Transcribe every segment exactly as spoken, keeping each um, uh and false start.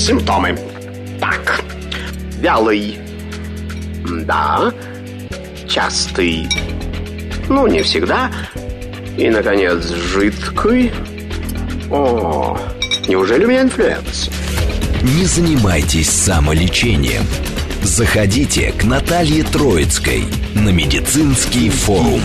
Симптомы. Так. Вялый. Да. Частый. Ну, не всегда. И, наконец, жидкий. О, неужели у меня инфлюенс? Не занимайтесь самолечением. Заходите к Наталье Троицкой на медицинский форум.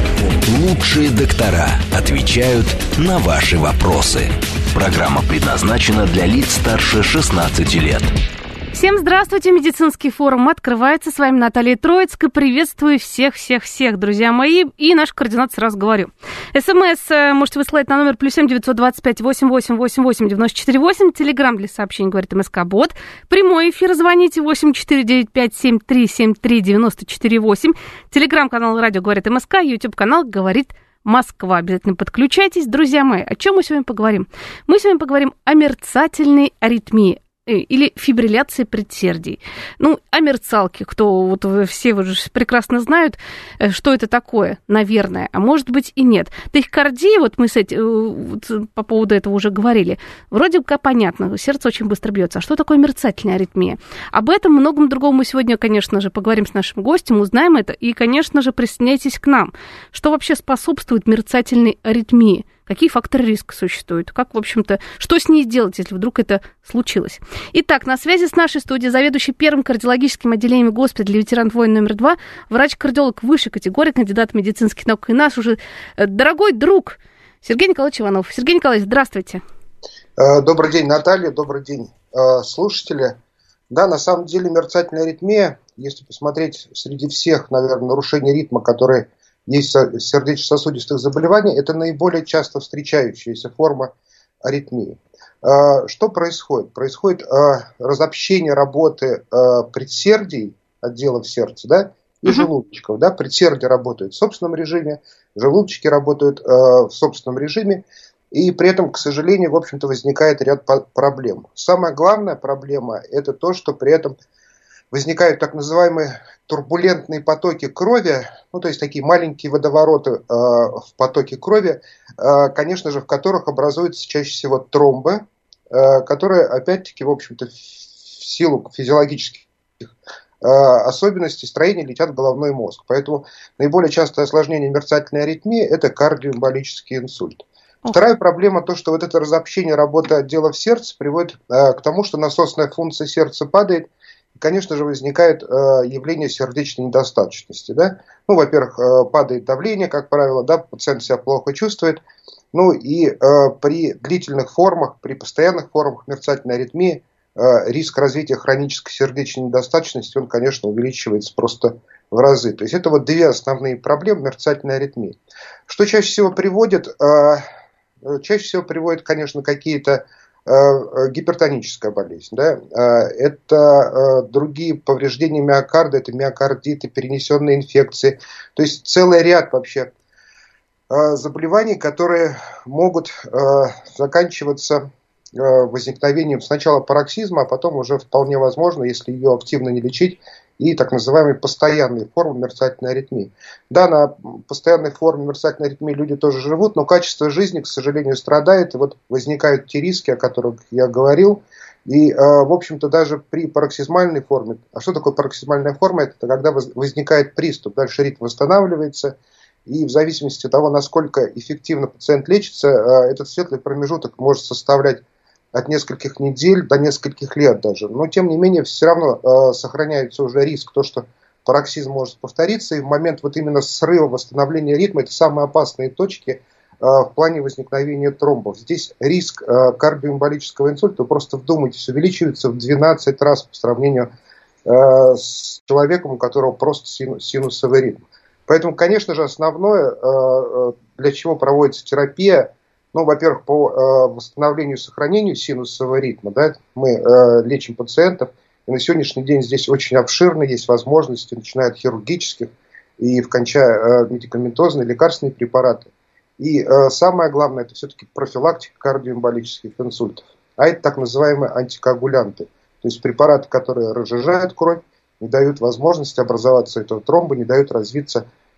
Лучшие доктора отвечают на ваши вопросы. Программа предназначена для лиц старше шестнадцати лет. Всем здравствуйте, медицинский форум открывается. С вами Наталья Троицкая. Приветствую всех-всех-всех, друзья мои. И наш координат сразу говорю. СМС можете высылать на номер плюс семь девятьсот двадцать пять восемь восемь восемь восемь девяносто четыре восемь. Телеграм для сообщений говорит МСК-бот. Прямой эфир звоните восемь четыре девять пять семь три семь три девяносто четыре восемь. Телеграм-канал радио говорит МСК. Ютуб-канал говорит Москва. Обязательно подключайтесь, друзья мои. О чем мы сегодня поговорим? Мы сегодня поговорим о мерцательной аритмии или фибрилляции предсердий. Ну, о мерцалке, кто вот все уже прекрасно знают, что это такое, наверное, а может быть и нет. Тахикардия, вот мы с этим, вот по поводу этого уже говорили, вроде как понятно, сердце очень быстро бьется. А что такое мерцательная аритмия? Об этом, многом другом мы сегодня, конечно же, поговорим с нашим гостем, узнаем это, и, конечно же, присоединяйтесь к нам. Что вообще способствует мерцательной аритмии? Какие факторы риска существуют? Как, в общем-то, что с ней делать, если вдруг это случилось? Итак, на связи с нашей студией заведующий первым кардиологическим отделением госпиталя для ветеранов войн номер два, врач-кардиолог высшей категории, кандидат медицинских наук и наш уже дорогой друг Сергей Николаевич Иванов. Сергей Николаевич, здравствуйте. Добрый день, Наталья, добрый день, слушатели. Да, на самом деле мерцательная аритмия, если посмотреть среди всех, наверное, нарушений ритма, которые есть сердечно-сосудистых заболеваний, это наиболее часто встречающаяся форма аритмии. Что происходит? Происходит разобщение работы предсердий, отделов сердца, да, и желудочков. Да. Предсердия работают в собственном режиме, желудочки работают в собственном режиме, и при этом, к сожалению, в общем-то, возникает ряд проблем. Самая главная проблема – это то, что при этом возникают так называемые турбулентные потоки крови, ну, то есть такие маленькие водовороты э, в потоке крови, э, конечно же, в которых образуются чаще всего тромбы, э, которые, опять-таки, в общем-то, в силу физиологических э, особенностей строения летят в головной мозг. Поэтому наиболее частое осложнение мерцательной аритмии – это кардиоэмболический инсульт. Вторая проблема то, что вот это разобщение работы отделов сердца приводит э, к тому, что насосная функция сердца падает. Конечно же, возникает э, явление сердечной недостаточности. Да? Ну, во-первых, э, падает давление, как правило, да, пациент себя плохо чувствует. Ну и э, при длительных формах, при постоянных формах мерцательной аритмии э, риск развития хронической сердечной недостаточности, он, конечно, увеличивается просто в разы. То есть это вот две основные проблемы мерцательной аритмии. Что чаще всего приводит? Э, чаще всего приводит, конечно, какие-то гипертоническая болезнь, да? Это другие повреждения миокарда, это миокардиты, перенесенные инфекции, то есть целый ряд вообще заболеваний, которые могут заканчиваться возникновением сначала пароксизма, а потом уже вполне возможно, если ее активно не лечить, и так называемые постоянные формы мерцательной аритмии. Да, на постоянной форме мерцательной аритмии люди тоже живут, но качество жизни, к сожалению, страдает, и вот возникают те риски, о которых я говорил, и, в общем-то, даже при пароксизмальной форме, а что такое пароксизмальная форма? Это когда возникает приступ, дальше ритм восстанавливается, и в зависимости от того, насколько эффективно пациент лечится, этот светлый промежуток может составлять от нескольких недель до нескольких лет даже. Но, тем не менее, все равно э, сохраняется уже риск, то, что пароксизм может повториться. И в момент вот именно срыва, восстановления ритма, это самые опасные точки э, в плане возникновения тромбов. Здесь риск э, кардиоэмболического инсульта, вы просто вдумайтесь, увеличивается в двенадцать раз по сравнению э, с человеком, у которого просто сину, синусовый ритм. Поэтому, конечно же, основное, э, для чего проводится терапия, ну, во-первых, по э, восстановлению и сохранению синусового ритма, да, мы э, лечим пациентов, и на сегодняшний день здесь очень обширно есть возможности, начиная от хирургических и кончая э, медикаментозные, лекарственные препараты. И э, самое главное, это все-таки профилактика кардиоэмболических инсультов. А это так называемые антикоагулянты, то есть препараты, которые разжижают кровь, не дают возможности образоваться этого тромба, не дают развиться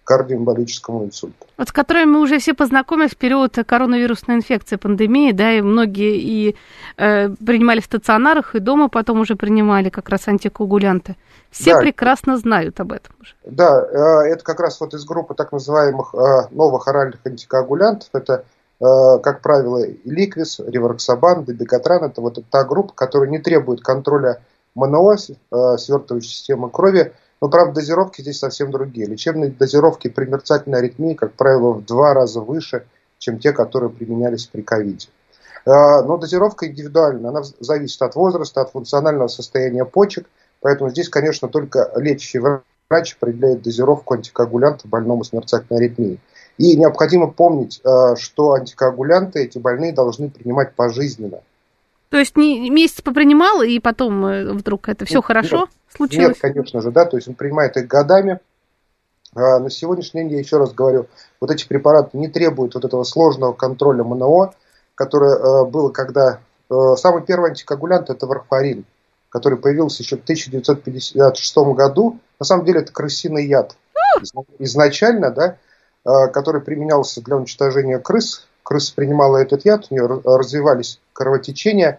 кардиоэмболическому инсульту. Вот с которыми мы уже все познакомились в период коронавирусной инфекции, пандемии, да, и многие и э, принимали в стационарах, и дома потом уже принимали как раз антикоагулянты. Все да, прекрасно знают об этом уже. Да, э, это как раз вот из группы так называемых э, новых оральных антикоагулянтов. Это, э, как правило, Ликвис, Ревароксабан, Дабигатран. Это вот та группа, которая не требует контроля МНО, э, свертывающей системы крови. Но, правда, дозировки здесь совсем другие. Лечебные дозировки при мерцательной аритмии, как правило, в два раза выше, чем те, которые применялись при ковиде. Но дозировка индивидуальна, она зависит от возраста, от функционального состояния почек. Поэтому здесь, конечно, только лечащий врач определяет дозировку антикоагулянта больному с мерцательной аритмией. И необходимо помнить, что антикоагулянты эти больные должны принимать пожизненно. То есть не месяц попринимал, и потом вдруг это все нет, хорошо случилось? Нет, конечно же, да, то есть он принимает их годами. А на сегодняшний день, я еще раз говорю, вот эти препараты не требуют вот этого сложного контроля МНО, которое э, было, когда э, самый первый антикоагулянт — это варфарин, который появился еще в тысяча девятьсот пятьдесят шестом году. На самом деле это крысиный яд изначально, да, э, который применялся для уничтожения крыс. Крыса принимала этот яд, у нее развивались кровотечения,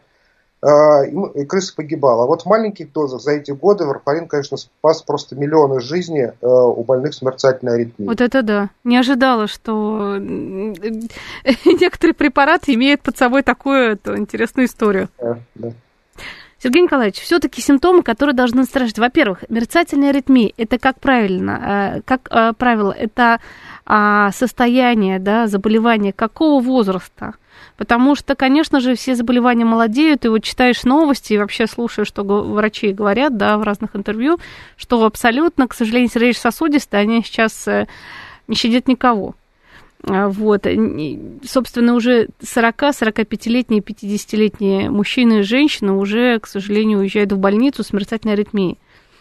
и крыса погибала. А вот в маленьких дозах за эти годы варфарин, конечно, спас просто миллионы жизней у больных с мерцательной аритмией. Вот это да. Не ожидала, что некоторые препараты имеют под собой такую эту интересную историю. Да, да. Сергей Николаевич, все-таки симптомы, которые должны насторожить. Во-первых, мерцательная аритмия, это как правильно, как правило, это состояние, да, заболевание какого возраста? Потому что, конечно же, все заболевания молодеют, и вот читаешь новости, и вообще слушаешь, что врачи говорят, да, в разных интервью, что абсолютно, к сожалению, сердечно-сосудистые, они сейчас не щадят никого. Вот. Собственно, уже сорок-сорокапятилетние, пятидесятилетние мужчины и женщины уже, к сожалению, уезжают в больницу с мерцательной аритмией.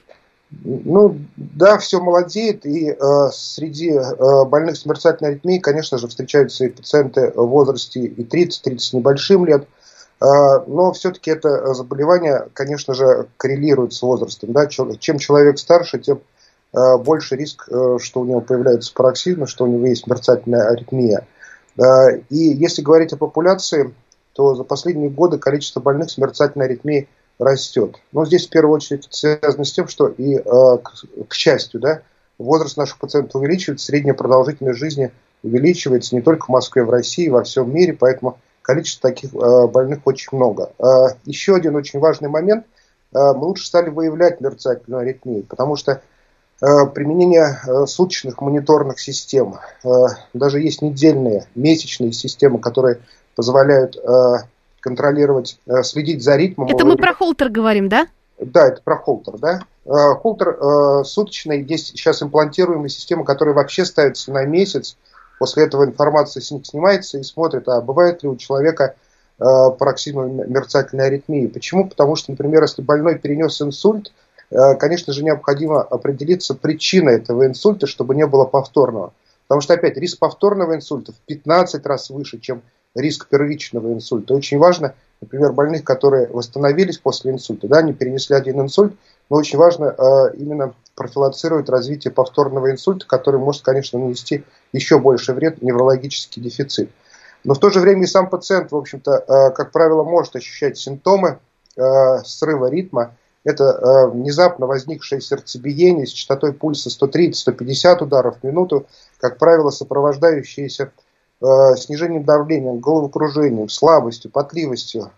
Ну, да, все молодеет, и э, среди э, больных с мерцательной аритмией, конечно же, встречаются и пациенты в возрасте и тридцать-тридцать с небольшим лет, э, но все-таки это заболевание, конечно же, коррелирует с возрастом. Да? Чем человек старше, тем э, больше риск, э, что у него появляются пароксизмы, что у него есть мерцательная аритмия. Э, и если говорить о популяции, то за последние годы количество больных с мерцательной аритмией растет. Но здесь в первую очередь связано с тем, что и, э, к, к счастью, да, возраст наших пациентов увеличивается, средняя продолжительность жизни увеличивается не только в Москве, в России, во всем мире, поэтому количество таких э, больных очень много. Э, еще один очень важный момент. Э, мы лучше стали выявлять мерцательную аритмию, потому что э, применение э, суточных мониторных систем, э, даже есть недельные, месячные системы, которые позволяют э, контролировать, следить за ритмом. Это мы про холтер говорим, да? Да, это про холтер, да. Холтер э, суточный, есть сейчас имплантируемая система, которая вообще ставится на месяц. После этого информация с них снимается и смотрит, а бывает ли у человека э, пароксидная мерцательная аритмия. Почему? Потому что, например, если больной перенес инсульт, э, конечно же, необходимо определиться причиной этого инсульта, чтобы не было повторного. Потому что, опять, риск повторного инсульта в пятнадцать раз выше, чем риск первичного инсульта. Очень важно, например, больных, которые восстановились после инсульта, да, они перенесли один инсульт, но очень важно э, именно профилактировать развитие повторного инсульта, который может, конечно, нанести еще больше вред, неврологический дефицит. Но в то же время и сам пациент, в общем-то, э, как правило, может ощущать симптомы э, срыва ритма. Это э, внезапно возникшее сердцебиение с частотой пульса сто тридцать - сто пятьдесят ударов в минуту, как правило, сопровождающиеся снижением давления, головокружением, слабостью, потливостью.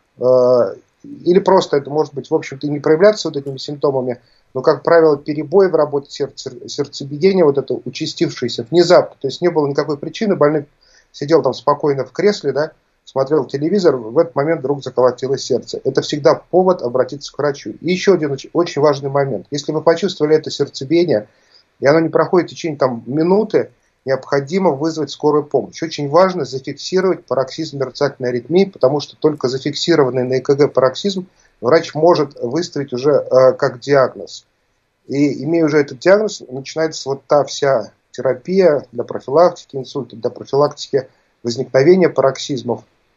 Или просто это может быть, в общем-то, и не проявляться вот этими симптомами, но, как правило, перебои в работе сердца, сердцебиения, вот это участившееся внезапно, то есть не было никакой причины, больной сидел там спокойно в кресле, да, смотрел телевизор, в этот момент вдруг заколотилось сердце. Это всегда повод обратиться к врачу. И еще один очень, очень важный момент. Если вы почувствовали это сердцебиение, и оно не проходит в течение там, минуты, необходимо вызвать скорую помощь. Очень важно зафиксировать пароксизм мерцательной аритмии, потому что только зафиксированный на ЭКГ пароксизм врач может выставить уже э, как диагноз. И имея уже этот диагноз, начинается вот та вся терапия для профилактики инсульта, для профилактики возникновения пароксизмов,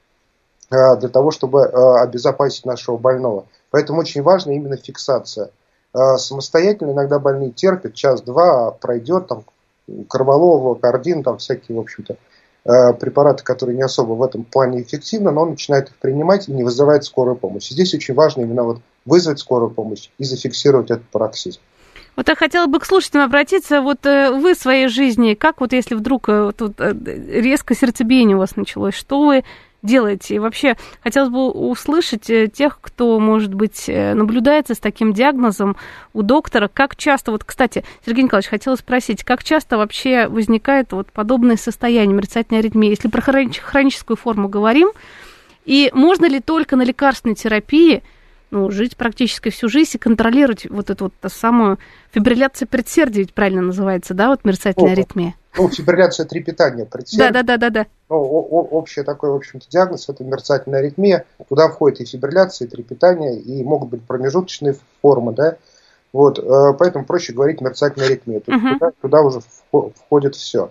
э, для того, чтобы э, обезопасить нашего больного. Поэтому очень важна именно фиксация. Э, самостоятельно иногда больные терпят, час-два, пройдет там Корвалол, Кардин, там всякие, в общем-то, препараты, которые не особо в этом плане эффективны, но он начинает их принимать и не вызывает скорую помощь. Здесь очень важно именно вот вызвать скорую помощь и зафиксировать этот пароксизм. Вот я хотела бы к слушателям обратиться. Вот вы в своей жизни, как вот если вдруг тут резко сердцебиение у вас началось, что вы делаете? И вообще хотелось бы услышать тех, кто, может быть, наблюдается с таким диагнозом у доктора. Как часто, вот, кстати, Сергей Николаевич, хотела спросить, как часто вообще возникает вот подобное состояние мерцательной аритмии? Если про хроническую форму говорим, и можно ли только на лекарственной терапии ну, жить практически всю жизнь и контролировать вот эту вот ту самую фибрилляцию предсердия, ведь правильно называется, да, вот мерцательная ну, аритмия? Ну, фибрилляция трепетания предсердия. Да, да, да, да, да. Ну, общий такой, в общем-то, диагноз – это мерцательная аритмия. Туда входит и фибрилляция, и трепетание, и могут быть промежуточные формы, да. Вот, поэтому проще говорить мерцательная аритмия. То есть uh-huh. туда, туда уже входит все.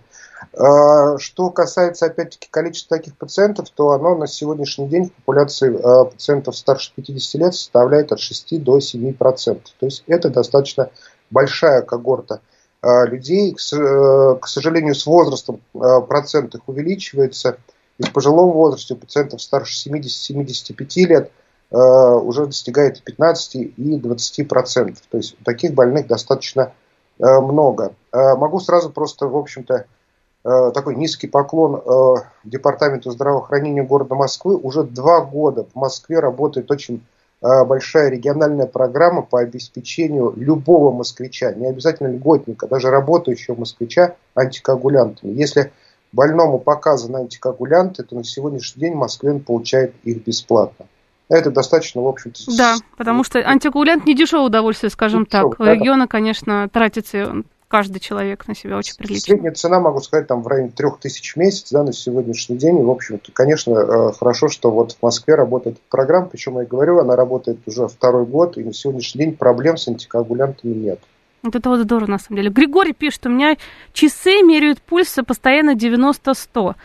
Что касается, опять-таки, количества таких пациентов, то оно на сегодняшний день в популяции пациентов старше пятидесяти лет составляет от шести до семи процентов. То есть это достаточно большая когорта людей. К сожалению, с возрастом процент их увеличивается. И в пожилом возрасте у пациентов старше семидесяти-семидесяти пяти лет уже достигает пятнадцати и двадцати процентов. То есть таких больных достаточно много. Могу сразу просто, в общем-то, такой низкий поклон Департаменту здравоохранения города Москвы. Уже два года в Москве работает очень большая региональная программа по обеспечению любого москвича, не обязательно льготника, даже работающего москвича антикоагулянтами. Если больному показаны антикоагулянты, то на сегодняшний день в Москве он получает их бесплатно. Это достаточно, в общем-то... Да, потому что антикоагулянт не дешевое удовольствие, скажем не так. В регионе, конечно, тратится каждый человек на себя очень прилично. Средняя цена, могу сказать, там в районе трех тысяч в месяц, да, на сегодняшний день. И, в общем-то, конечно, хорошо, что вот в Москве работает эта программа. Причем, я говорю, она работает уже второй год, и на сегодняшний день проблем с антикоагулянтами нет. Вот это вот здорово, на самом деле. Григорий пишет, у меня часы меряют пульс постоянно девяносто-сто.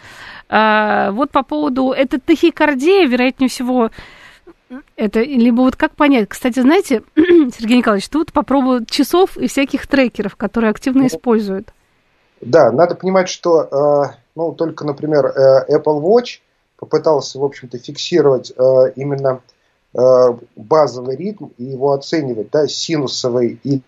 А, вот по поводу... Это тахикардия, вероятнее всего... Это либо вот как понять? Кстати, знаете, Сергей Николаевич, тут попробую часов и всяких трекеров, которые активно используют. Да, надо понимать, что, ну, только, например, Apple Watch попытался, в общем-то, фиксировать именно базовый ритм и его оценивать, да, синусовый или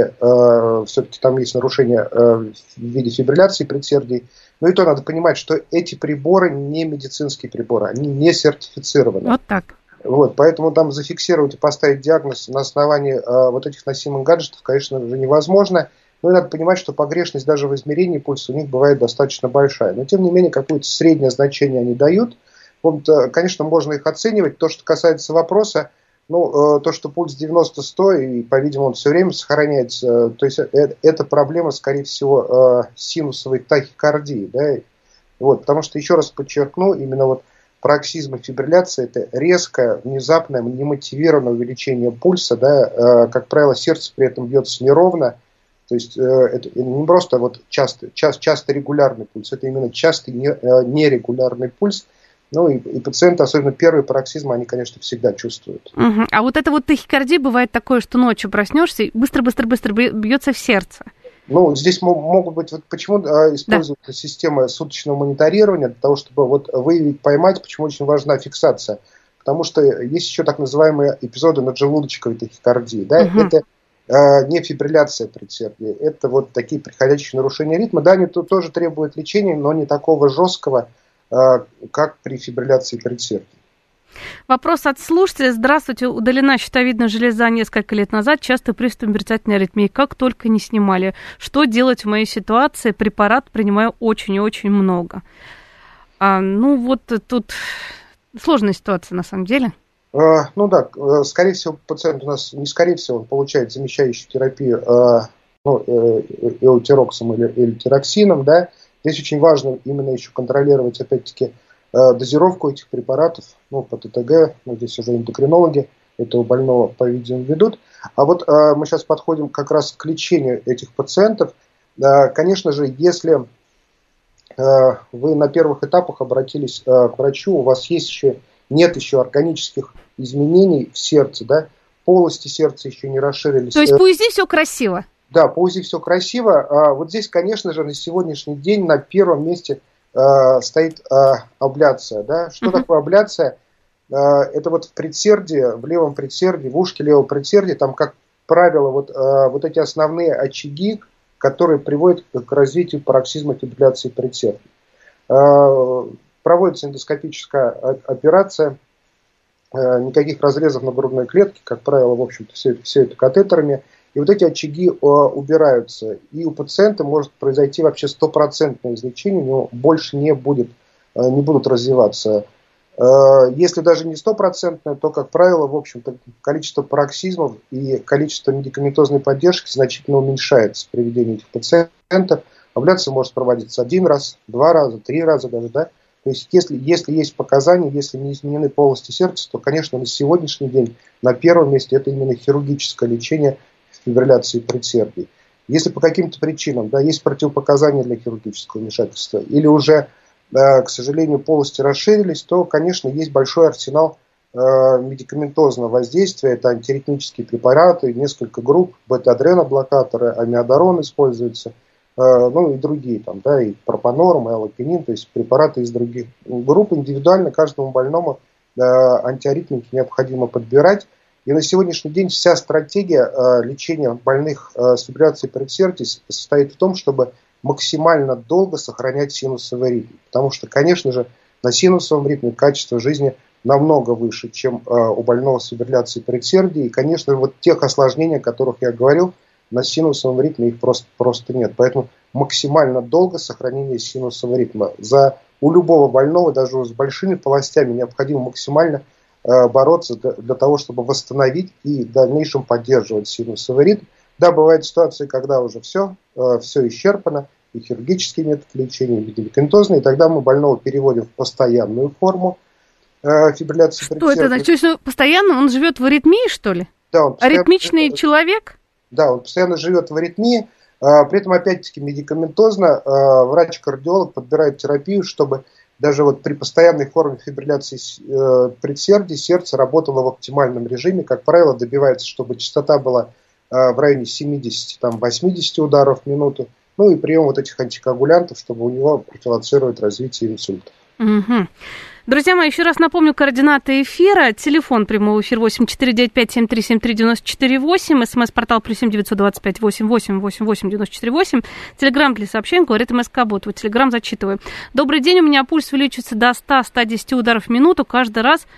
все-таки там есть нарушение в виде фибрилляции предсердий. Но и то надо понимать, что эти приборы не медицинские приборы, они не сертифицированы. Вот так. Вот, поэтому там зафиксировать и поставить диагноз на основании э, вот этих носимых гаджетов, конечно же, невозможно. Но и надо понимать, что погрешность даже в измерении пульса у них бывает достаточно большая. Но, тем не менее, какое-то среднее значение они дают. Вот, э, конечно, можно их оценивать. То, что касается вопроса, ну, э, то, что пульс девяносто-сто, и, по-видимому, он все время сохраняется, э, то есть э, это проблема, скорее всего, э, синусовой тахикардии. Да? Вот, потому что, еще раз подчеркну, именно вот пароксизм и фибрилляция – это резкое, внезапное, немотивированное увеличение пульса. Да, как правило, сердце при этом бьется неровно. То есть это не просто вот часто, часто, часто регулярный пульс, это именно частый нерегулярный пульс. Ну и, и пациенты, особенно первые пароксизмы, они, конечно, всегда чувствуют. Угу. А вот это вот тахикардия бывает такое, что ночью проснешься и быстро-быстро-быстро бьется в сердце. Ну, здесь могут быть, вот почему используется да. система суточного мониторирования, для того, чтобы вот выявить, поймать, почему очень важна фиксация. Потому что есть еще так называемые эпизоды наджелудочковой тахикардии. Да? Угу. Это э, не фибрилляция предсердия, это вот такие приходящие нарушения ритма. Да, они тут тоже требуют лечения, но не такого жесткого, э, как при фибрилляции предсердия. Вопрос от слушателя. Здравствуйте. Удалена щитовидная железа несколько лет назад. Часто приступ мерцательной аритмии. Как только не снимали. Что делать в моей ситуации? Препарат принимаю очень и очень много. А, ну, вот тут сложная ситуация на самом деле. А, ну да, скорее всего, пациент у нас, не скорее всего, он получает замещающую терапию а, ну, эутироксом или эльтироксином. Да? Здесь очень важно именно еще контролировать, опять-таки, дозировку этих препаратов, ну, по ТТГ, ну, здесь уже эндокринологи этого больного, по-видимому, ведут. А вот э, мы сейчас подходим как раз к лечению этих пациентов. Э, конечно же, если э, вы на первых этапах обратились э, к врачу, у вас есть еще, нет еще органических изменений в сердце, да, полости сердца еще не расширились. То есть по УЗИ все красиво? Да, по УЗИ все красиво. А вот здесь, конечно же, на сегодняшний день на первом месте э, стоит э, абляция. Да? Что uh-huh. такое абляция? Э, это вот в предсердии, в левом предсердии, в ушке левого предсердия, там, как правило, вот, э, вот эти основные очаги, которые приводят к развитию пароксизма фибрилляции предсердий. Э, проводится эндоскопическая операция, э, никаких разрезов на грудной клетке, как правило, в общем-то, все, все это катетерами. И вот эти очаги э, убираются. И у пациента может произойти вообще стопроцентное излечение, у него больше не, будет, э, не будут развиваться. Э, если даже не стопроцентное, то, как правило, в общем-то, количество пароксизмов и количество медикаментозной поддержки значительно уменьшается при ведении этих пациентов. Абляция может проводиться один раз, два раза, три раза даже, да. То есть, если, если есть показания, если не изменены полости сердца, то, конечно, на сегодняшний день на первом месте это именно хирургическое лечение фибрилляции предсердий. Если по каким-то причинам, да, есть противопоказания для хирургического вмешательства, или уже, да, к сожалению, полости расширились, то, конечно, есть большой арсенал э, медикаментозного воздействия. Это антиаритмические препараты, несколько групп, бета-адреноблокаторы, амиодарон используется, э, ну и другие, там, да, и пропанорм, и аллопенин, то есть препараты из других групп. Индивидуально каждому больному э, антиаритмики необходимо подбирать. И на сегодняшний день вся стратегия э, лечения больных э, с фибрилляцией предсердий состоит в том, чтобы максимально долго сохранять синусовый ритм. Потому что, конечно же, на синусовом ритме качество жизни намного выше, чем э, у больного с фибрилляцией предсердий. И, конечно, вот тех осложнений, о которых я говорил, на синусовом ритме их просто, просто нет. Поэтому максимально долго сохранение синусового ритма. За, у любого больного, даже с большими полостями, необходимо максимально бороться для, для того, чтобы восстановить и в дальнейшем поддерживать синусовый ритм. Да, бывают ситуации, когда уже все, все исчерпано, и хирургический метод лечения, и медикаментозный, и тогда мы больного переводим в постоянную форму фибрилляции Что предсердий. это значит? Что постоянно он живет в аритмии, что ли? Да, он аритмичный человек? Да, он постоянно живет в аритмии. При этом, опять-таки, медикаментозно врач-кардиолог подбирает терапию, чтобы даже вот при постоянной форме фибрилляции э, предсердий сердце работало в оптимальном режиме. Как правило, добивается, чтобы частота была э, в районе семьдесят-восемьдесят ударов в минуту. Ну и прием вот этих антикоагулянтов, чтобы у него профилактировать развитие инсульта. Угу. Друзья мои, еще раз напомню координаты эфира. Телефон прямого эфира восемь четыре девять пять семь три семь три девять четыре восемь. СМС-портал плюс семь девятьсот двадцать пять восемь восемь восемь восемь девяносто четыре восемь. Телеграмм для сообщений, говорит МСК-бот. Вот телеграмм зачитываю. Добрый день, у меня пульс увеличивается до ста - ста десяти ударов в минуту каждый раз.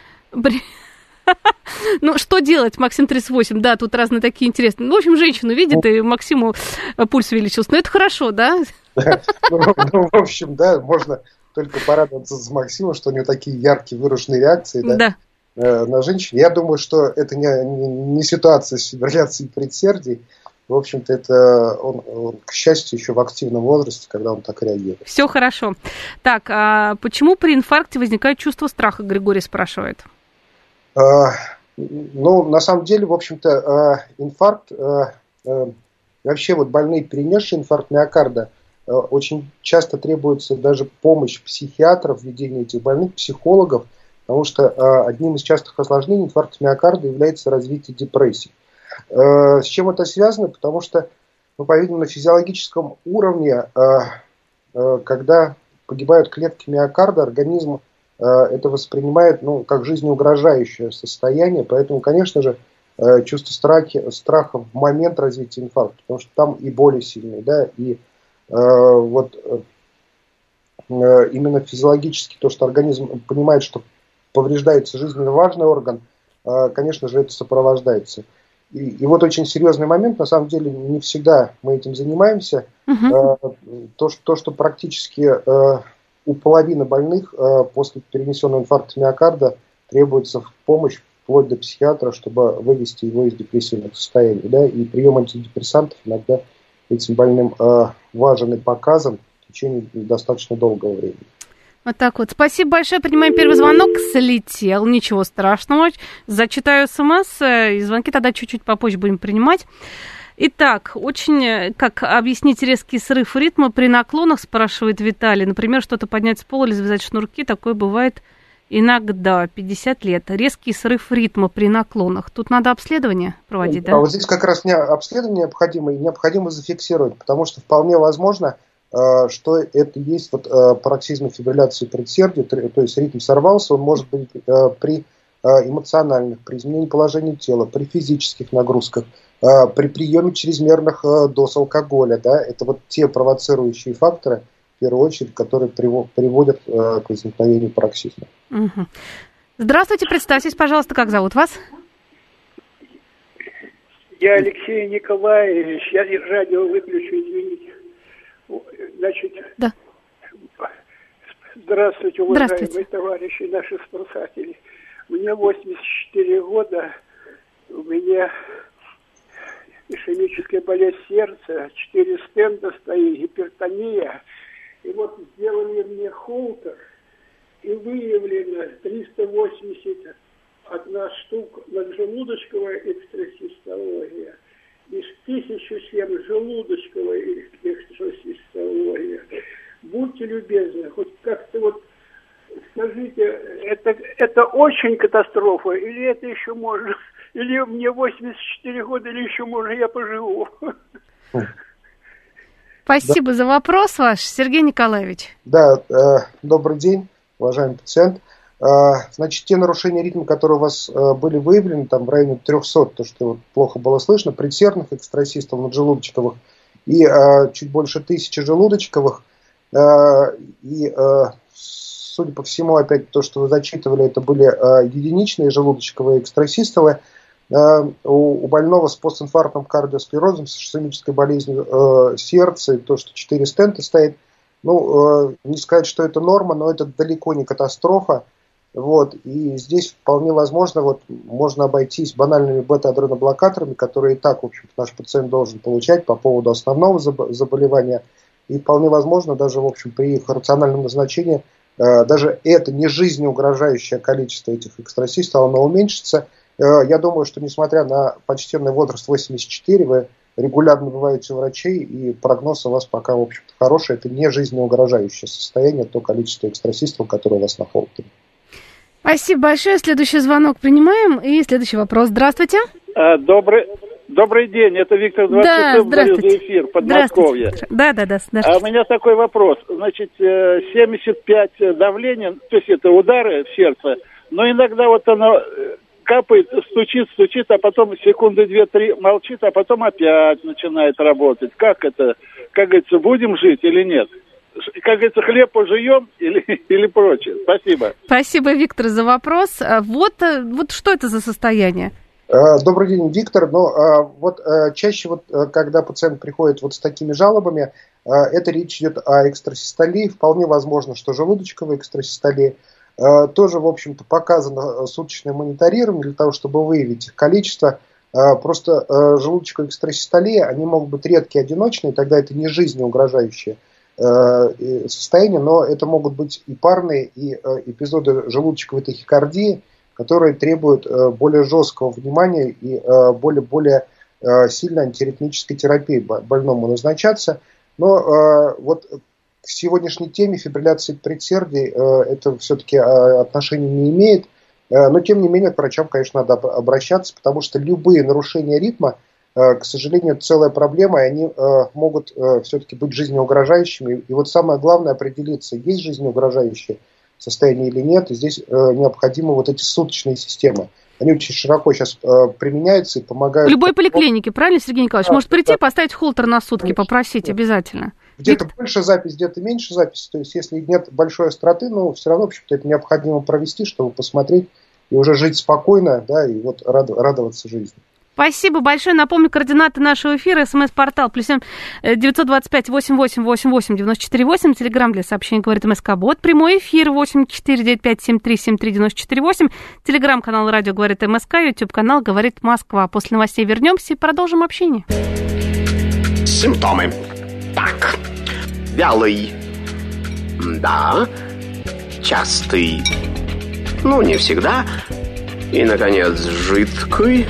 Ну, что делать, Максим тридцать восемь? Да, тут разные такие интересные. Ну, в общем, женщину видит, и Максиму пульс увеличился. Но это хорошо, да? Ну, в общем, да, можно только порадоваться за Максима, что у него такие яркие выраженные реакции, да, да. на женщин. Я думаю, что это не, не, не ситуация с фибрилляцией предсердий. В общем-то, это он, он, к счастью, еще в активном возрасте, когда он так реагирует. Все хорошо. Так, а почему при инфаркте возникает чувство страха, Григорий спрашивает? А, ну, на самом деле, в общем-то, инфаркт, вообще вот больные, перенесшие инфаркт миокарда, очень часто требуется даже помощь психиатров в ведении этих больных, психологов, потому что э, одним из частых осложнений инфаркта миокарда является развитие депрессии. Э, с чем это связано? Потому что, ну, по-видимому, на физиологическом уровне, э, э, когда погибают клетки миокарда, организм э, это воспринимает, ну, как жизнеугрожающее состояние, поэтому, конечно же, э, чувство страхи, страха в момент развития инфаркта, потому что там и боли сильные, да, и вот именно физиологически то, что организм понимает, что повреждается жизненно важный орган, конечно же, это сопровождается. И, и вот очень серьезный момент, на самом деле не всегда мы этим занимаемся, угу. то, что, то, что практически у половины больных после перенесенного инфаркта миокарда требуется помощь вплоть до психиатра, чтобы вывести его из депрессивных состояний. Да? И прием антидепрессантов иногда этим больным э, важен и показан в течение достаточно долгого времени. Вот так вот. Спасибо большое. Принимаем первый звонок. Слетел. Ничего страшного. Зачитаю смс. И звонки тогда чуть-чуть попозже будем принимать. Итак, очень, как объяснить резкий срыв ритма при наклонах, спрашивает Виталий. Например, что-то поднять с пола или завязать шнурки. Такое бывает иногда пятьдесят лет, резкий срыв ритма при наклонах. Тут надо обследование проводить, да? А вот здесь как раз не обследование необходимо, и необходимо зафиксировать, потому что вполне возможно, что это есть вот пароксизм фибрилляции предсердия, то есть ритм сорвался, он может быть при эмоциональных, при изменении положения тела, при физических нагрузках, при приеме чрезмерных доз алкоголя. Да, это вот те провоцирующие факторы, в первую очередь, которые приводят к возникновению пароксизма. Угу. Здравствуйте, представьтесь, пожалуйста, как зовут вас? Я Алексей Николаевич, я радио выключу, извините. Значит, да. Здравствуйте, уважаемые Здравствуйте. Товарищи, наши спасатели. Мне восемьдесят четыре года, у меня ишемическая болезнь сердца, четыре стенда стоит, гипертония. И вот сделали мне холтер, и выявлено триста восемьдесят одна штука наджелудочковая экстрасистология и тысяча семь желудочковая экстрасистология. Будьте любезны, хоть как-то вот скажите, это, это очень катастрофа, или это еще можно, или мне восемьдесят четыре года, или еще можно я поживу. Спасибо да. за вопрос ваш, Сергей Николаевич. Да, э, добрый день, уважаемый пациент. Э, значит, те нарушения ритма, которые у вас э, были выявлены, там в районе триста, то, что вот плохо было слышно, предсердных экстрасистов, наджелудочковых и э, чуть больше тысячи желудочковых, э, и, э, судя по всему, опять то, что вы зачитывали, это были э, единичные желудочковые экстрасистолы. У больного с постинфарктным кардиосклерозом, с ишемической болезнью э, сердца, то, что четыре стента стоит, ну, э, не сказать, что это норма, но это далеко не катастрофа. Вот, и здесь вполне возможно, вот, можно обойтись банальными бета-адреноблокаторами, которые и так, в общем-то, наш пациент должен получать по поводу основного заболевания. И вполне возможно, даже, в общем, при их рациональном назначении, э, даже это не жизнеугрожающее количество этих экстрасистов, оно уменьшится. Я думаю, что несмотря на почтенный возраст восемьдесят четыре, вы регулярно бываете у врачей, и прогноз у вас пока, в общем-то, хороший. Это не жизнеугрожающее состояние, то количество экстрасистов, которые у вас на холтере. Спасибо большое. Следующий звонок принимаем. И следующий вопрос. Здравствуйте. Добрый, добрый день. Это Виктор Двадцатов, да, говорю за эфир, Подмосковье. Да, да, да. А у меня такой вопрос. Значит, семьдесят пять давления, то есть это удары в сердце, но иногда вот оно... капает, стучит, стучит, а потом секунды две-три молчит, а потом опять начинает работать. Как это, как говорится, будем жить или нет? Как говорится, хлеб пожуем или, или прочее? Спасибо. Спасибо, Виктор, за вопрос. Вот, вот что это за состояние? Добрый день, Виктор. Ну, вот чаще, вот, когда пациент приходит вот с такими жалобами, это речь идет о экстрасистолии. Вполне возможно, что желудочковая экстрасистолия. Тоже, в общем-то, показано суточное мониторирование для того, чтобы выявить их количество. Просто желудочковая экстрасистолия, они могут быть редкие, одиночные, тогда это не жизнеугрожающее состояние, но это могут быть и парные, и эпизоды желудочковой тахикардии, которые требуют более жесткого внимания и более, более сильной антиритмической терапии больному назначаться. Но вот к сегодняшней теме фибрилляции предсердий это все-таки отношения не имеет, но тем не менее к врачам, конечно, надо обращаться, потому что любые нарушения ритма, к сожалению, это целая проблема, и они могут все-таки быть жизнеугрожающими. И вот самое главное определиться, есть жизнеугрожающее состояние или нет, и здесь необходимы вот эти суточные системы. Они очень широко сейчас применяются и помогают. В любой поликлинике, правильно, Сергей Николаевич? Да, может прийти, да, поставить холтер на сутки, конечно, попросить да. обязательно. Где-то Вик... больше запись, где-то меньше записи. То есть, если нет большой остроты, ну, все равно, в общем-то, это необходимо провести, чтобы посмотреть и уже жить спокойно, да, и вот радоваться жизни. Спасибо большое. Напомню, координаты нашего эфира. СМС-портал плюс семь девятьсот двадцать пять восемь восемь восемь восемь девяносто четыре восемь. Телеграмм для сообщений говорит МСК-бот. Прямой эфир восемь четыре девять пять семь три семь три девяносто четыре восемь. Телеграм-канал радио говорит МСК. Ютуб-канал говорит Москва. После новостей вернемся и продолжим общение. Симптомы. Так. Вялый. Да. Частый. Ну, не всегда. И, наконец, жидкий.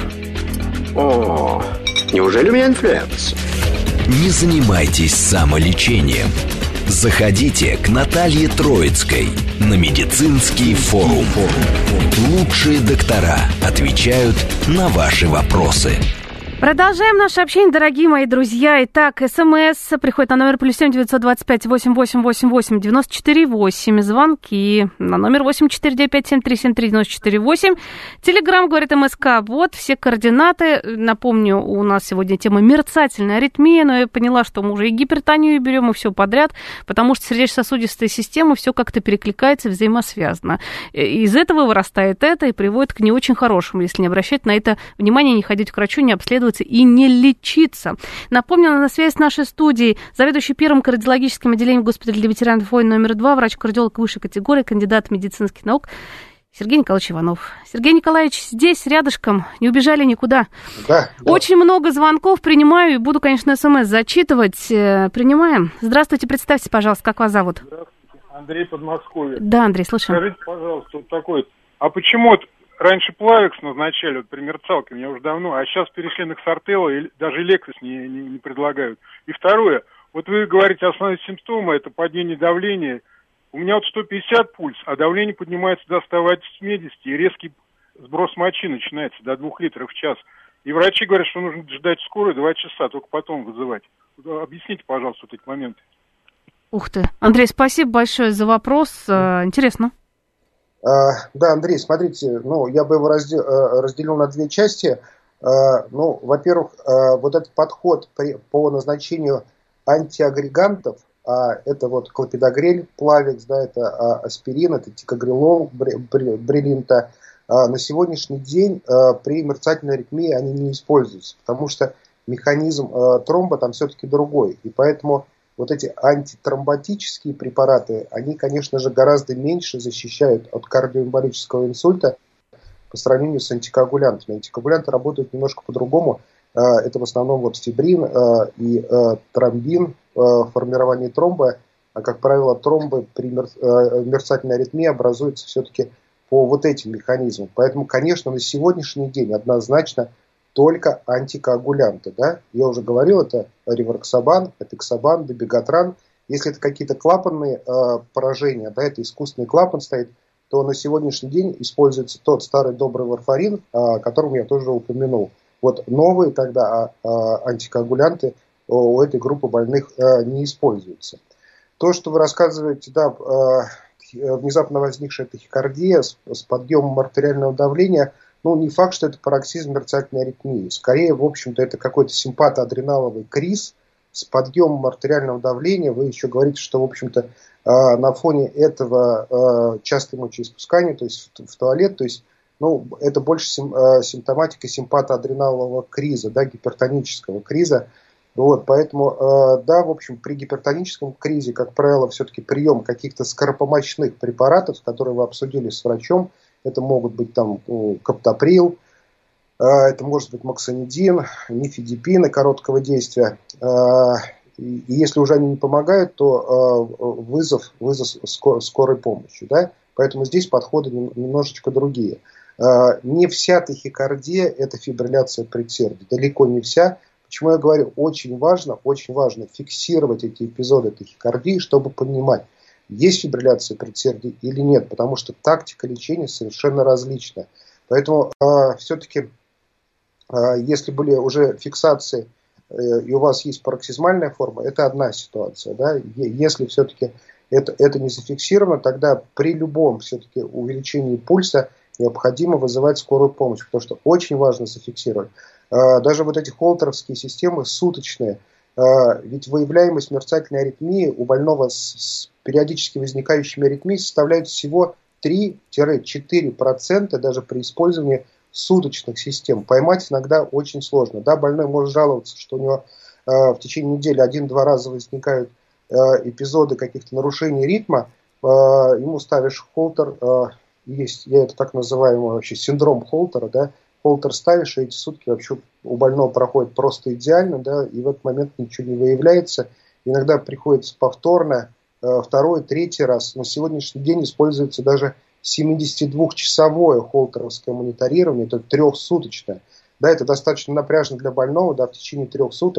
О, неужели у меня инфлюенс? Не занимайтесь самолечением. Заходите к Наталье Троицкой на медицинский форум. Лучшие доктора отвечают на ваши вопросы. Продолжаем наше общение, дорогие мои друзья. Итак, СМС приходит на номер плюс семь девятьсот двадцать пять восемь восемь восемь восемь девяносто четыре восемь. Звонки на номер восемь четыре девять пять семь три семь три девяносто четыре восемь. Телеграм, говорит МСК. Вот все координаты. Напомню, у нас сегодня тема мерцательная аритмия, но я поняла, что мы уже и гипертонию берем, и все подряд, потому что сердечно-сосудистая система все как-то перекликается, взаимосвязано. Из этого вырастает это и приводит к не очень хорошему, если не обращать на это внимание, не ходить к врачу, не обследовать и не лечиться. Напомню, на связи с нашей студией заведующий первым кардиологическим отделением госпиталя для ветеранов войн номер два, врач-кардиолог высшей категории, кандидат медицинских наук Сергей Николаевич Иванов. Сергей Николаевич, здесь, рядышком, не убежали никуда. Да, да. Очень много звонков принимаю и буду, конечно, СМС зачитывать. Принимаем. Здравствуйте, представьте, пожалуйста, как вас зовут? Здравствуйте, Андрей, Подмосковье. Да, Андрей, слышим. Скажите, пожалуйста, вот такой, а почему вот раньше Плавикс назначали вот при мерцалке, мне уже давно, а сейчас перешли на Ксартелло, и даже Лексис не, не, не предлагают. И второе, вот вы говорите, основные симптомы, это падение давления. У меня вот сто пятьдесят пульс, а давление поднимается до ста восьмидесяти, и резкий сброс мочи начинается до двух литров в час. И врачи говорят, что нужно ждать скорую два часа, только потом вызывать. Объясните, пожалуйста, вот эти моменты. Ух ты. Андрей, спасибо большое за вопрос. Интересно. Да, Андрей, смотрите, ну, я бы его раздел, разделил на две части. Ну, во-первых, вот этот подход при, по назначению антиагрегантов, а это вот клопидогрель, Плавикс, да, это аспирин, это тикогрелол, брилинта, на сегодняшний день при мерцательной аритмии они не используются, потому что механизм тромба там все-таки другой, и поэтому вот эти антитромботические препараты, они, конечно же, гораздо меньше защищают от кардиоэмболического инсульта по сравнению с антикоагулянтами. Антикоагулянты работают немножко по-другому. Это в основном вот фибрин и тромбин, формирование тромба. А, как правило, тромбы при мерцательной аритмии образуются все-таки по вот этим механизмам. Поэтому, конечно, на сегодняшний день однозначно только антикоагулянты. Да? Я уже говорил, это реварксабан, эпиксабан, дабигатран. Если это какие-то клапанные э, поражения, да, это искусственный клапан стоит, то на сегодняшний день используется тот старый добрый варфарин, о котором я тоже упомянул. Вот новые тогда э, антикоагулянты у этой группы больных э, не используются. То, что вы рассказываете, да, э, внезапно возникшая тахикардия с, с подъемом артериального давления, ну, не факт, что это пароксизм мерцательной аритмии. Скорее, в общем-то, это какой-то симпатоадреналовый криз с подъемом артериального давления. Вы еще говорите, что, в общем-то, на фоне этого частое мочеиспускание, то есть в туалет, то есть, ну, это больше симптоматика симпатоадреналового криза, да, гипертонического криза. Вот, поэтому, да, в общем, при гипертоническом кризе, как правило, все-таки прием каких-то скоропомощных препаратов, которые вы обсудили с врачом, это могут быть там каптоприл, это может быть максонидин, нифедипины короткого действия. И если уже они не помогают, то вызов, вызов скорой помощи. Да? Поэтому здесь подходы немножечко другие. Не вся тахикардия – это фибрилляция предсердий, далеко не вся. Почему я говорю, очень важно, очень важно фиксировать эти эпизоды тахикардии, чтобы понимать, есть фибрилляция предсердий или нет, потому что тактика лечения совершенно различна. Поэтому э, все-таки, э, если были уже фиксации, э, и у вас есть пароксизмальная форма, это одна ситуация. Да? Если все-таки это, это не зафиксировано, тогда при любом все-таки увеличении пульса необходимо вызывать скорую помощь, потому что очень важно зафиксировать. Э, даже вот эти холтеровские системы суточные, ведь выявляемость мерцательной аритмии у больного с, с периодически возникающими аритмией составляет всего три-четыре процента даже при использовании суточных систем. Поймать иногда очень сложно. Да, больной может жаловаться, что у него э, в течение недели один-два раза возникают э, эпизоды каких-то нарушений ритма. Э, ему ставишь холтер, э, есть, я это так называемый вообще синдром холтера, да, холтер ставишь, и эти сутки вообще у больного проходят просто идеально, да, и в этот момент ничего не выявляется. Иногда приходится повторно, э, второй, третий раз. На сегодняшний день используется даже семидесятидвухчасовое холтеровское мониторирование, это трехсуточное. Да, это достаточно напряжно для больного, да, в течение трех суток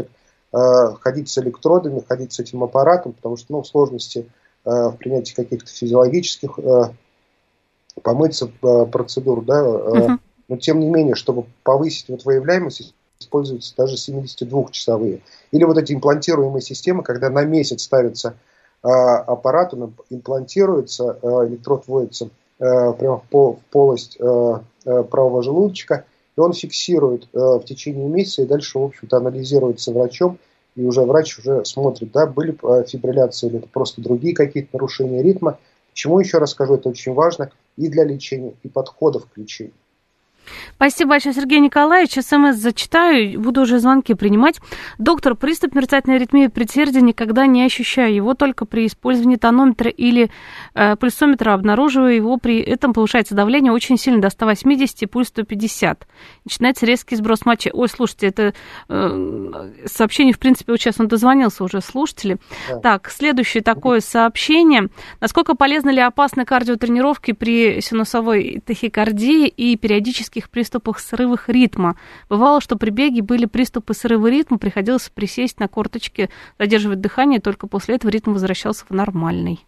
ходить с электродами, ходить с этим аппаратом, потому что ну, сложности в принятии каких-то физиологических помыться процедур, да, uh-huh. но тем не менее, чтобы повысить вот выявляемость, используются даже семидесятидвухчасовые. Или вот эти имплантируемые системы, когда на месяц ставится аппарат, он имплантируется, электрод вводится прямо в полость правого желудочка, и он фиксирует в течение месяца, и дальше, в общем-то, анализируется врачом, и уже врач уже смотрит, да, были фибрилляции или это просто другие какие-то нарушения ритма. Почему, еще раз скажу, это очень важно и для лечения, и подходов к лечению. Спасибо большое, Сергей Николаевич. СМС зачитаю, буду уже звонки принимать. Доктор, приступ мерцательной аритмии предсердия никогда не ощущаю. Его только при использовании тонометра или э, пульсометра обнаруживаю. Его при этом повышается давление очень сильно, до ста восьмидесяти, пульс сто пятьдесят. Начинается резкий сброс мочи. Ой, слушайте, это э, сообщение, в принципе, вот сейчас он дозвонился уже, слушатели. Да. Так, следующее такое сообщение. Насколько полезны или опасны кардиотренировки при синусовой тахикардии и периодически приступах срывах ритма? Бывало, что при беге были приступы срыва ритма, приходилось присесть на корточки, задерживать дыхание, только после этого ритм возвращался в нормальный.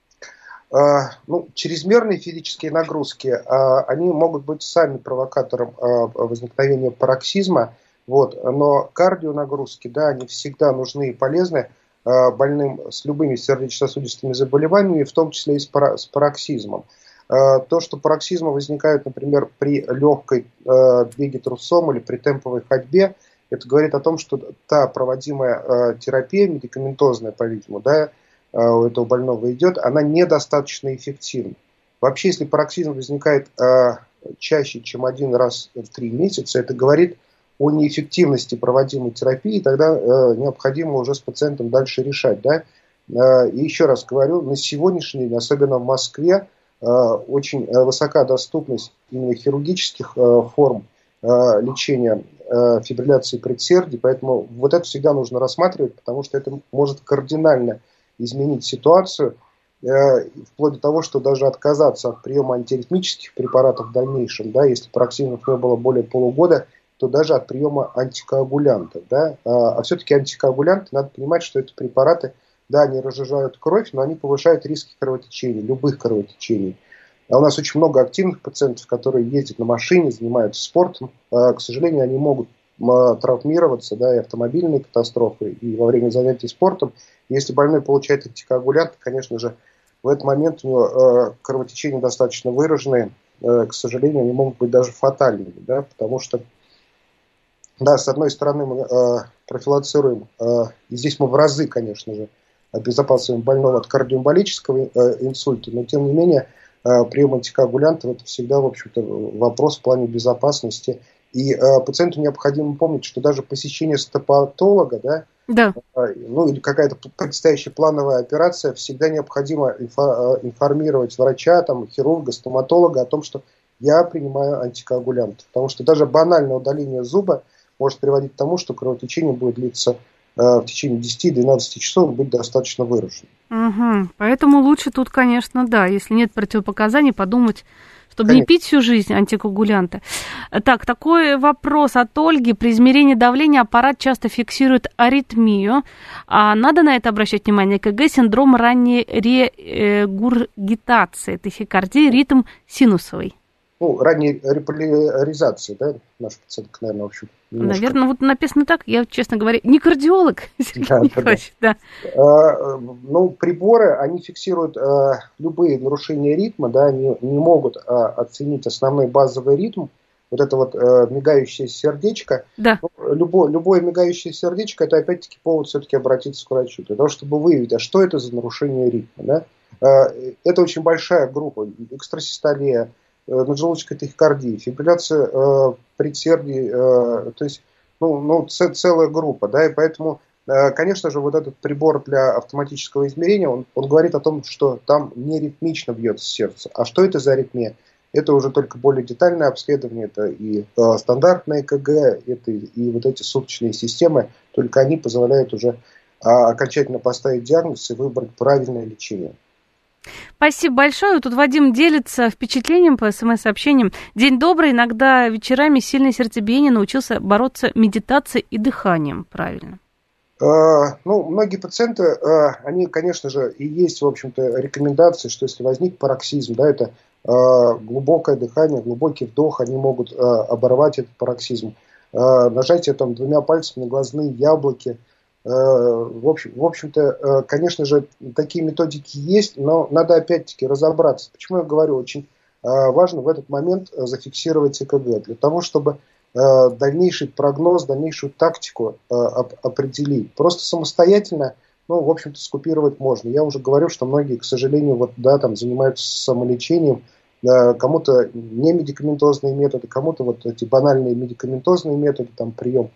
А, ну, чрезмерные физические нагрузки, а, они могут быть сами провокатором а, возникновения пароксизма, вот, но кардионагрузки, да, они всегда нужны и полезны а, больным с любыми сердечно-сосудистыми заболеваниями, в том числе и с, пара, с пароксизмом. То, что пароксизмы возникают, например, при легкой э, беге трусцом или при темповой ходьбе, это говорит о том, что та проводимая э, терапия медикаментозная, по-видимому, да, э, у этого больного идет, она недостаточно эффективна. Вообще, если пароксизм возникает э, чаще, чем один раз в три месяца, это говорит о неэффективности проводимой терапии, и тогда э, необходимо уже с пациентом дальше решать. Да? Э, и еще раз говорю, на сегодняшний день, особенно в Москве, очень высока доступность именно хирургических форм лечения фибрилляции предсердий, поэтому вот это всегда нужно рассматривать, потому что это может кардинально изменить ситуацию, вплоть до того, что даже отказаться от приема антиаритмических препаратов в дальнейшем, да, если пароксизмов не было более полугода, то даже от приема антикоагулянтов. Да, а все-таки антикоагулянты, надо понимать, что это препараты, да, они разжижают кровь, но они повышают риски кровотечений, любых кровотечений. А у нас очень много активных пациентов, которые ездят на машине, занимаются спортом. К сожалению, они могут травмироваться, да, и автомобильные катастрофы, и во время занятий спортом. Если больной получает антикоагулянт, конечно же, в этот момент у него кровотечения достаточно выраженные. К сожалению, они могут быть даже фатальными, да, потому что, да, с одной стороны, мы профилактируем, и здесь мы в разы, конечно же, обезопасиваем больного от кардиоэмболического э, инсульта, но тем не менее э, прием антикоагулянтов это всегда, в общем-то, вопрос в плане безопасности. И э, пациенту необходимо помнить, что даже посещение стоматолога, да, да. э, ну или какая-то предстоящая плановая операция, всегда необходимо инфо, э, информировать врача, там, хирурга, стоматолога о том, что я принимаю антикоагулянты. Потому что даже банальное удаление зуба может приводить к тому, что кровотечение будет длиться в течение десяти-двенадцати часов, быть достаточно выраженным. Угу. Поэтому лучше тут, конечно, да, если нет противопоказаний, подумать, чтобы конечно. Не пить всю жизнь антикоагулянты. Так, такой вопрос от Ольги. При измерении давления аппарат часто фиксирует аритмию. А надо на это обращать внимание? ЭКГ, синдром ранней регургитации, тахикардии, ритм синусовый. Ну, ранней реполяризации, да, наша пациентка, наверное, в общем. Немножко. Наверное, вот написано так, я, честно говоря, не кардиолог, Сергей да, Николаевич, да. да. А, ну, приборы, они фиксируют а, любые нарушения ритма, да, они не могут а, оценить основной базовый ритм, вот это вот а, мигающее сердечко. Да. Ну, любое, любое мигающее сердечко, это опять-таки повод все-таки обратиться к врачу, для того, чтобы выявить, а что это за нарушение ритма, да. А, это очень большая группа, экстрасистолия, наджелудочковая тахикардия, фибрилляция э, предсердий, э, то есть ну, ну, ц- целая группа, да, и поэтому, э, конечно же, вот этот прибор для автоматического измерения, он, он говорит о том, что там не ритмично бьется сердце. А что это за аритмия? Это уже только более детальное обследование, это и э, стандартное ЭКГ, это и, и вот эти суточные системы, только они позволяют уже э, окончательно поставить диагноз и выбрать правильное лечение. Спасибо большое. Тут Вадим делится впечатлением по смс-сообщениям. День добрый. Иногда вечерами сильное сердцебиение, научился бороться медитацией и дыханием. Правильно. Ну, многие пациенты, они, конечно же, и есть, в общем-то, рекомендации, что если возник пароксизм, да, это глубокое дыхание, глубокий вдох, они могут оборвать этот пароксизм. Нажатие там двумя пальцами на глазные яблоки. В общем, в общем-то, конечно же, такие методики есть, но надо опять-таки разобраться. Почему я говорю, очень важно в этот момент зафиксировать ЭКГ, для того, чтобы дальнейший прогноз, дальнейшую тактику определить. Просто самостоятельно, ну, в общем-то, скупировать можно. Я уже говорю, что многие, к сожалению, вот, да, там, занимаются самолечением, кому-то не медикаментозные методы, кому-то вот эти банальные медикаментозные методы, там, прием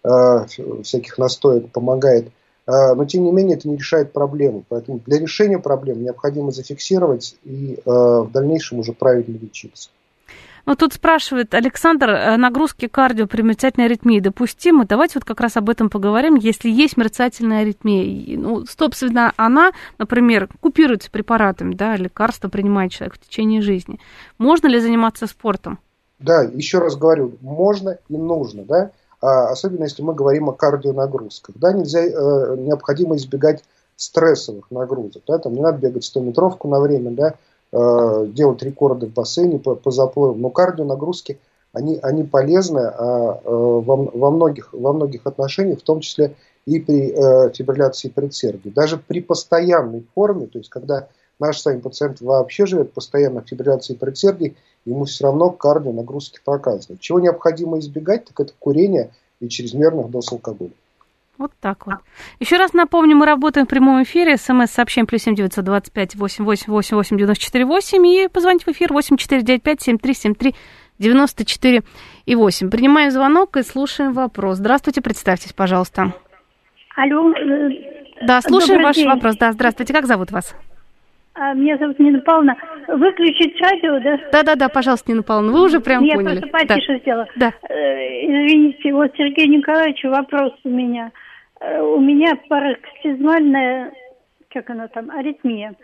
всяких настоек помогает. Но, тем не менее, это не решает проблему. Поэтому для решения проблем необходимо зафиксировать и в дальнейшем уже правильно лечиться. Ну, тут спрашивает Александр, нагрузки кардио при мерцательной аритмии допустимы? Давайте вот как раз об этом поговорим. Если есть мерцательная аритмия, ну, собственно, она, например, купируется препаратами, да, лекарства принимает человек в течение жизни. Можно ли заниматься спортом? Да, еще раз говорю, можно и нужно, да, особенно если мы говорим о кардионагрузках. Да, нельзя, э, необходимо избегать стрессовых нагрузок, да, там не надо бегать стометровку на время, да, делать рекорды в бассейне по, по заплыву. Но кардионагрузки, они, они полезны а, во, во, многих, во многих отношениях, в том числе и при э, фибрилляции предсердий. Даже при постоянной форме, то есть когда наш с вами пациент вообще живет постоянно в фибрилляции предсердий, ему все равно кардионагрузки показаны. Чего необходимо избегать, так это курение и чрезмерных доз алкоголя. Вот так вот. Еще раз напомню, мы работаем в прямом эфире. СМС-сообщение плюс семь девятьсот двадцать пять восемь восемь восемь восемь девяносто четыре восемь. И позвоните в эфир восемь четыре девять пять семь три семь три девяносто четыре восемь. Принимаем звонок и слушаем вопрос. Здравствуйте, представьтесь, пожалуйста. Алло. Да, слушаем Добрый ваш день. вопрос. Да, здравствуйте. Как зовут вас? А, меня зовут Нина Павловна. Выключить радио, да? Да-да-да, пожалуйста, Нина Павловна, вы уже прям Я поняли. Я просто потише да. сделала. Да. Э, извините, вот Сергею Николаевичу вопрос у меня. Э, у меня пароксизмальная, как она там, аритмия.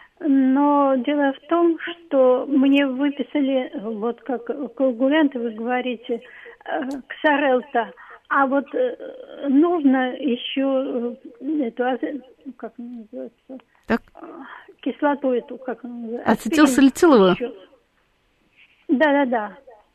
Но дело в том, что мне выписали, вот как коагулянты, вы говорите, э, ксарелта. А вот э, нужно еще э, эту, как она называется? Так. Кислоту эту, как она называется? Ацетилсалициловую? Да-да-да.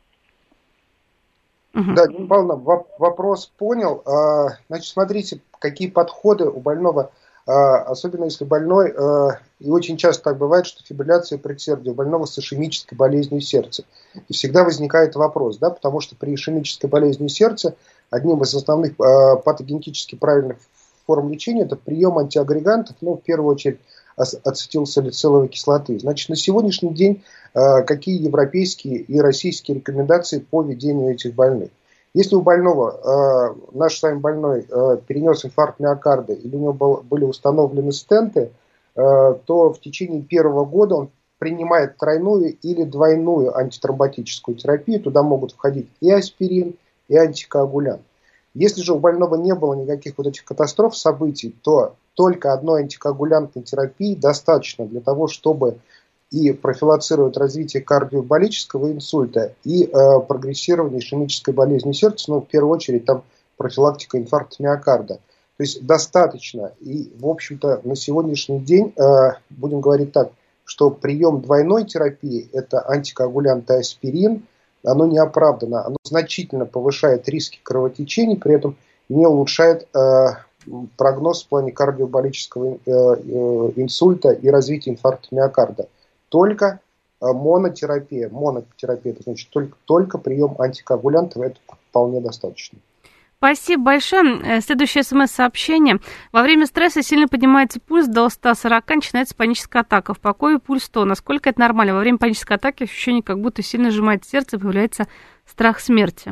Угу. Да, Нина Павловна, вопрос понял. Значит, смотрите, какие подходы у больного, особенно если больной, и очень часто так бывает, что фибрилляция предсердия у больного с ишемической болезнью сердца. И всегда возникает вопрос, да, потому что при ишемической болезни сердца одним из основных патогенетически правильных форм лечения это прием антиагрегантов, ну, в первую очередь, ацетилсалициловой кислоты. Значит, на сегодняшний день э, какие европейские и российские рекомендации по ведению этих больных? Если у больного, э, наш с вами больной, э, перенес инфаркт миокарда или у него был, были установлены стенты, э, то в течение первого года он принимает тройную или двойную антитромботическую терапию. Туда могут входить и аспирин, и антикоагулянт. Если же у больного не было никаких вот этих катастроф, событий, то только одной антикоагулянтной терапии достаточно для того, чтобы и профилактировать развитие кардиоболического инсульта, и э, прогрессирование ишемической болезни сердца, ну, в первую очередь, там профилактика инфаркта миокарда. То есть достаточно. И, в общем-то, на сегодняшний день, э, будем говорить так, что прием двойной терапии, это антикоагулянт и аспирин, оно не оправдано, оно значительно повышает риски кровотечений, при этом не улучшает э, прогноз в плане кардиоболического э, э, инсульта и развития инфаркта миокарда. Только э, монотерапия, монотерапия, это значит только, только прием антикоагулянтов, это вполне достаточно. Спасибо большое. Следующее смс-сообщение. Во время стресса сильно поднимается пульс до ста сорока, начинается паническая атака. В покое пульс сто. Насколько это нормально? Во время панической атаки ощущение, как будто сильно сжимает сердце, появляется страх смерти.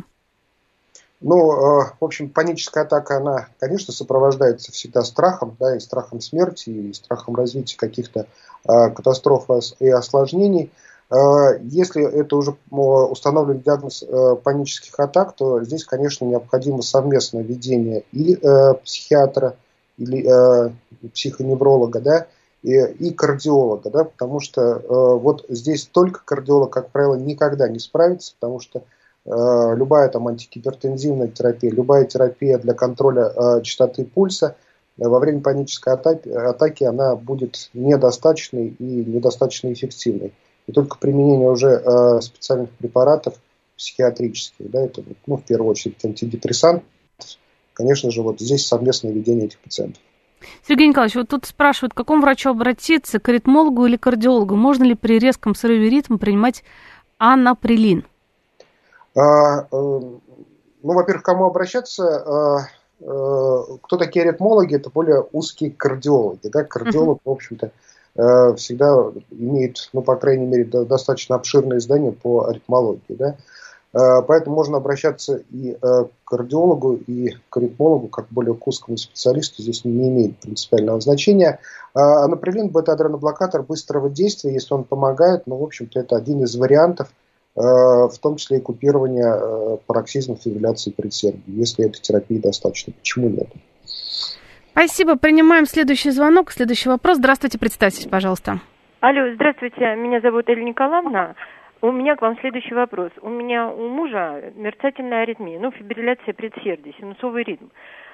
Ну, в общем, паническая атака, она, конечно, сопровождается всегда страхом, да, и страхом смерти, и страхом развития каких-то катастроф и осложнений. Если это уже установлен диагноз панических атак, то здесь, конечно, необходимо совместное ведение и психиатра, или психоневролога, да, и, и кардиолога, да, потому что вот здесь только кардиолог, как правило, никогда не справится, потому что любая там антигипертензивная терапия, любая терапия для контроля частоты пульса во время панической атаки, атаки она будет недостаточной и недостаточно эффективной. И только применение уже специальных препаратов психиатрических, да, это, ну, в первую очередь антидепрессантов, конечно же, вот здесь совместное ведение этих пациентов. Сергей Николаевич, вот тут спрашивают, к какому врачу обратиться, к аритмологу или кардиологу? Можно ли при резком срыве ритма принимать анаприлин? А, э, ну, во-первых, к кому обращаться? Э, э, кто такие аритмологи? Это более узкие кардиологи. Да? Кардиолог, uh-huh. в общем-то, э, всегда имеет, ну, по крайней мере, до, достаточно обширное знание по аритмологии. Да? Поэтому можно обращаться и к кардиологу, и к аритмологу, как более к узкому специалисту, здесь не имеет принципиального значения. Анаприлин – бета-адреноблокатор быстрого действия, если он помогает, ну, в общем-то, это один из вариантов, в том числе и купирования пароксизма фибрилляции предсердий, если этой терапии достаточно. Почему нет? Спасибо. Принимаем следующий звонок, следующий вопрос. Здравствуйте, представьтесь, пожалуйста. Алло, здравствуйте, меня зовут Эльна Николаевна. У меня к вам следующий вопрос. У меня у мужа мерцательная аритмия, ну, фибрилляция предсердий, синусовый ритм.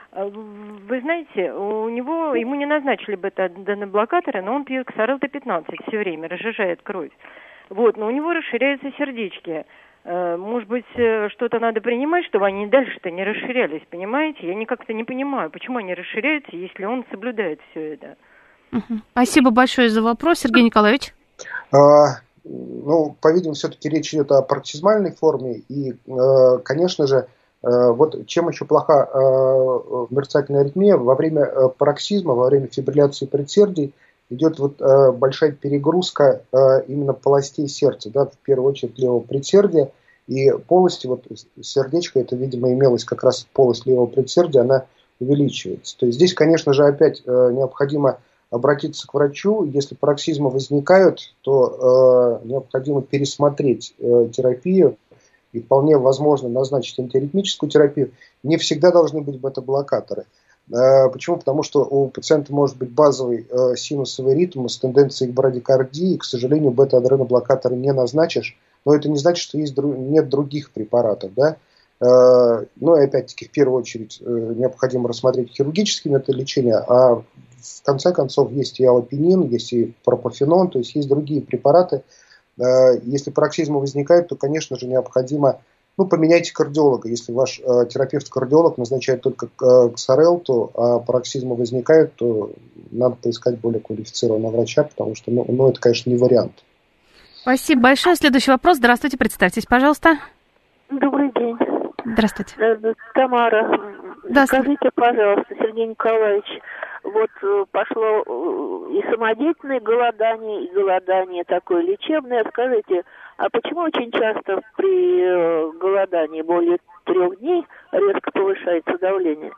Вы знаете, у него, ему не назначили бета-адреноблокаторы, но он пьет ксарелта пятнадцать все время, разжижает кровь. Вот, но у него расширяются сердечки. Может быть, что-то надо принимать, чтобы они дальше-то не расширялись, понимаете? Я никак-то не понимаю, почему они расширяются, если он соблюдает все это. Угу. Спасибо большое за вопрос, Сергей Николаевич. А... Ну, по-видимому, все-таки речь идет о пароксизмальной форме, и, конечно же, вот чем еще плоха мерцательная аритмия, во время пароксизма, во время фибрилляции предсердий идет вот большая перегрузка именно полостей сердца, да, в первую очередь левого предсердия, и полости, вот сердечко, это, видимо, имелось как раз полость левого предсердия, она увеличивается. То есть здесь, конечно же, опять необходимо обратиться к врачу. Если пароксизмы возникают, то э, необходимо пересмотреть э, терапию и вполне возможно назначить антиаритмическую терапию. Не всегда должны быть бета-блокаторы. Э, почему? Потому что у пациента может быть базовый э, синусовый ритм с тенденцией к брадикардии, и, к сожалению, бета-адреноблокаторы не назначишь. Но это не значит, что есть, нет других препаратов. Да? Э, ну и опять-таки, в первую очередь, э, необходимо рассмотреть хирургический метод лечения, а в конце концов, есть и аллопенин, есть и пропофенон, то есть есть другие препараты. Если пароксизмы возникают, то, конечно же, необходимо, ну, поменяйте кардиолога. Если ваш э, терапевт-кардиолог назначает только э, ксарелту, а пароксизмы возникают, то надо поискать более квалифицированного врача, потому что, ну, ну, это, конечно, не вариант. Спасибо большое. Следующий вопрос. Здравствуйте, представьтесь, пожалуйста. Добрый день. Здравствуйте. Тамара, да, скажите, пожалуйста, Сергей Николаевич, вот пошло и самодеятельное голодание, и голодание такое лечебное. Скажите, а почему очень часто при голодании более трех дней резко повышается давление?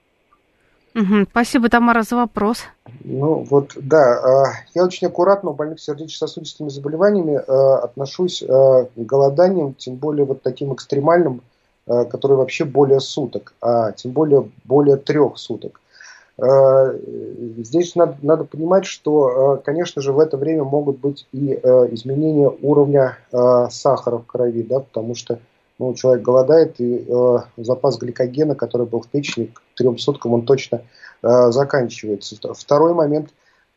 Угу. Спасибо, Тамара, за вопрос. Ну вот, да, я очень аккуратно у больных сердечно-сосудистыми заболеваниями отношусь к голоданиям, тем более вот таким экстремальным, которые вообще более суток, а тем более более трех суток. Здесь надо, надо понимать, что, конечно же, в это время могут быть и изменения уровня сахара в крови, да, потому что, ну, человек голодает, и запас гликогена, который был в печени, к трем суткам он точно заканчивается. Второй момент,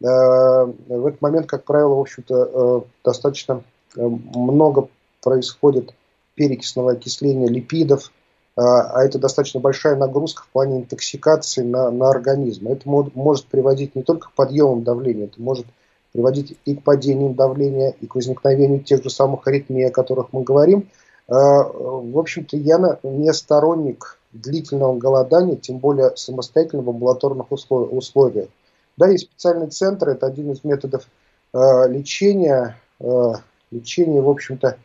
в этот момент, как правило, в общем-то, достаточно много происходит перекисного окисления липидов, а это достаточно большая нагрузка в плане интоксикации на, на организм. Это может, может приводить не только к подъемам давления, это может приводить и к падению давления, и к возникновению тех же самых аритмий, о которых мы говорим. В общем-то, я не сторонник длительного голодания, тем более самостоятельно в амбулаторных условиях. Да, есть специальный центр, это один из методов лечения. Лечение, в общем-то,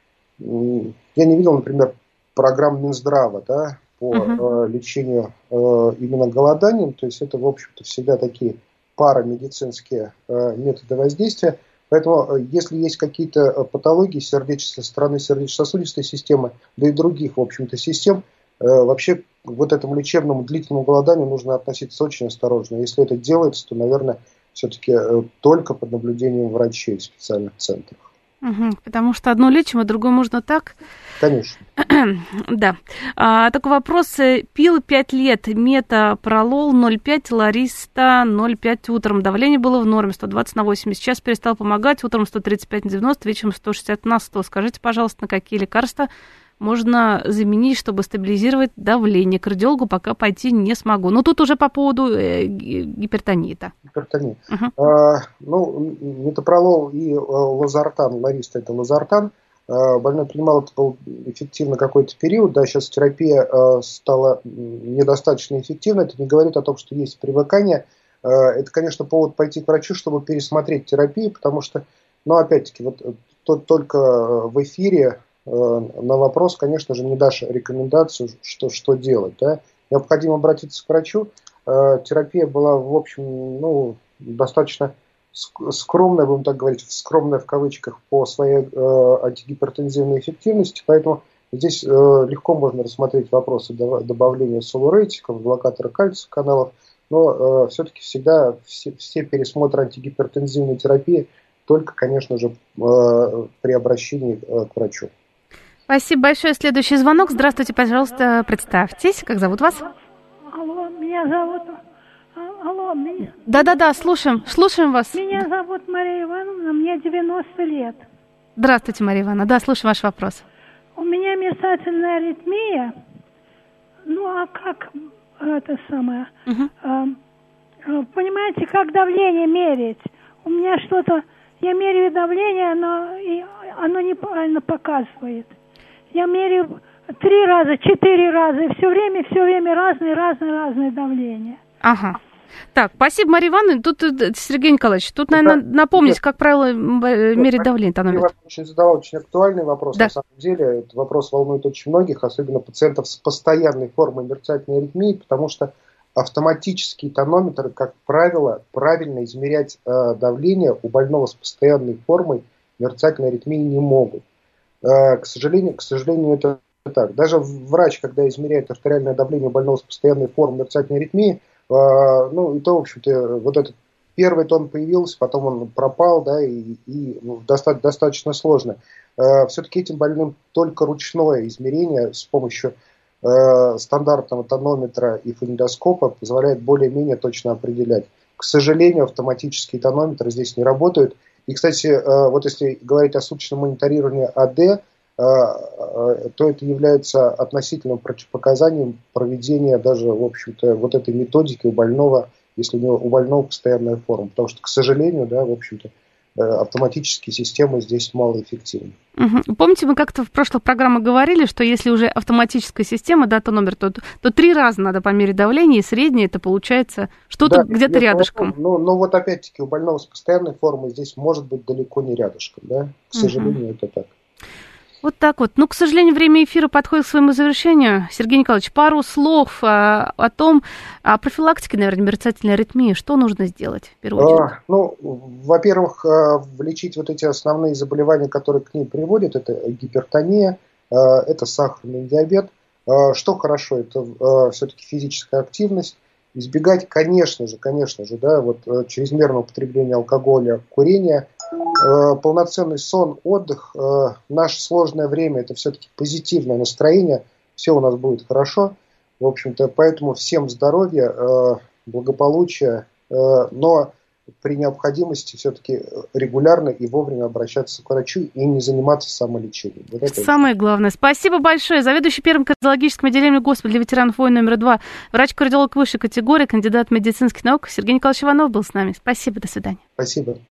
я не видел, например, программ Минздрава, да, по uh-huh. э, лечению э, именно голоданием, то есть это, в общем-то, всегда такие парамедицинские э, методы воздействия, поэтому э, если есть какие-то патологии сердеч... со стороны сердечно-сосудистой системы, да и других, в общем-то, систем, э, вообще вот этому лечебному длительному голоданию нужно относиться очень осторожно. Если это делается, то, наверное, все-таки э, только под наблюдением врачей в специальных центрах. Угу, потому что одно лечим, а другое можно так. Конечно. Да. А, такой вопрос. Пил пять лет, метопролол ноль пять, лариста ноль пять утром. Давление было в норме, сто двадцать на восемьдесят. Сейчас перестал помогать. Утром сто тридцать пять на девяносто, вечером сто шестьдесят на сто. Скажите, пожалуйста, на какие лекарства можно заменить, чтобы стабилизировать давление? К кардиологу пока пойти не смогу. Но тут уже по поводу э, гипертонии-то. Гипертония. Uh-huh. А, ну, метопролол и лозартан, лариста это лозартан. Больной принимал, это был эффективно какой-то период, да, сейчас терапия э, стала недостаточно эффективной, это не говорит о том, что есть привыкание. Э, это, конечно, повод пойти к врачу, чтобы пересмотреть терапию, потому что, ну, опять-таки, вот то, только в эфире э, на вопрос, конечно же, не дашь рекомендацию, что, что делать, да. Необходимо обратиться к врачу. Э, терапия была, в общем, ну, достаточно скромная, будем так говорить, скромная в кавычках по своей э, антигипертензивной эффективности, поэтому здесь э, легко можно рассмотреть вопросы добавления солуретиков, блокатора кальция каналов, но э, все-таки всегда все, все пересмотры антигипертензивной терапии только, конечно же, э, при обращении э, к врачу. Спасибо большое. Следующий звонок. Здравствуйте, пожалуйста, представьтесь. Как зовут вас? Алло, меня зовут... Алло, меня... Да-да-да, слушаем, слушаем вас. Меня зовут Мария Ивановна, мне девяносто лет. Здравствуйте, Мария Ивановна, да, слушаем ваш вопрос. У меня мерцательная аритмия, ну а как это самое, угу. э, понимаете, как давление мерить? У меня что-то, я меряю давление, но и оно неправильно показывает. Я меряю три раза, четыре раза, и все время, все время разные, разные, разные давления. Ага. Так, спасибо, Мария Ивановна. Тут, Сергей Николаевич, тут, наверное, да, напомнить, да. как правило, мерить да, давление. Мария Ивановна очень задала очень актуальный вопрос, да. на самом деле. Этот вопрос волнует очень многих, особенно пациентов с постоянной формой мерцательной аритмии, потому что автоматические тонометры, как правило, правильно измерять э, давление у больного с постоянной формой мерцательной аритмии не могут. Э, к сожалению, к сожалению, это так. Даже врач, когда измеряет артериальное давление у больного с постоянной формой мерцательной аритмии, ну, и то, в общем-то, вот этот первый тон появился, потом он пропал, да, и, и доста- достаточно сложно. Все-таки этим больным только ручное измерение с помощью э, стандартного тонометра и фонендоскопа позволяет более-менее точно определять. К сожалению, автоматические тонометры здесь не работают. И, кстати, э, вот если говорить о суточном мониторировании АД, то это является относительным противопоказанием проведения даже, в общем-то, вот этой методики у больного, если у него у больного постоянная форма. Потому что, к сожалению, да, в общем-то, автоматические системы здесь малоэффективны. Угу. Помните, мы как-то в прошлых программах говорили, что если уже автоматическая система, да, тономер, то, то три раза надо померить давление, и среднее это получается что-то да, где-то рядышком. Ну, но вот опять-таки у больного с постоянной формой здесь может быть далеко не рядышком, да, к сожалению, угу. это так. Вот так вот. Ну, к сожалению, время эфира подходит к своему завершению. Сергей Николаевич, пару слов а, о том, о профилактике, наверное, мерцательной аритмии. Что нужно сделать в первую очередь? А, ну, во-первых, лечить вот эти основные заболевания, которые к ней приводят. Это гипертония, это сахарный диабет. Что хорошо, это все-таки физическая активность. Избегать, конечно же, конечно же, да, вот чрезмерного употребления алкоголя, курения. Полноценный сон, отдых, наше сложное время – это все-таки позитивное настроение, все у нас будет хорошо, в общем-то, поэтому всем здоровья, благополучия, но при необходимости все-таки регулярно и вовремя обращаться к врачу и не заниматься самолечением. Вот это самое главное. Спасибо большое. Заведующий первым кардиологическим отделением госпиталя для ветеранов войн номер два, врач-кардиолог высшей категории, кандидат медицинских наук Сергей Николаевич Иванов был с нами. Спасибо, до свидания. Спасибо.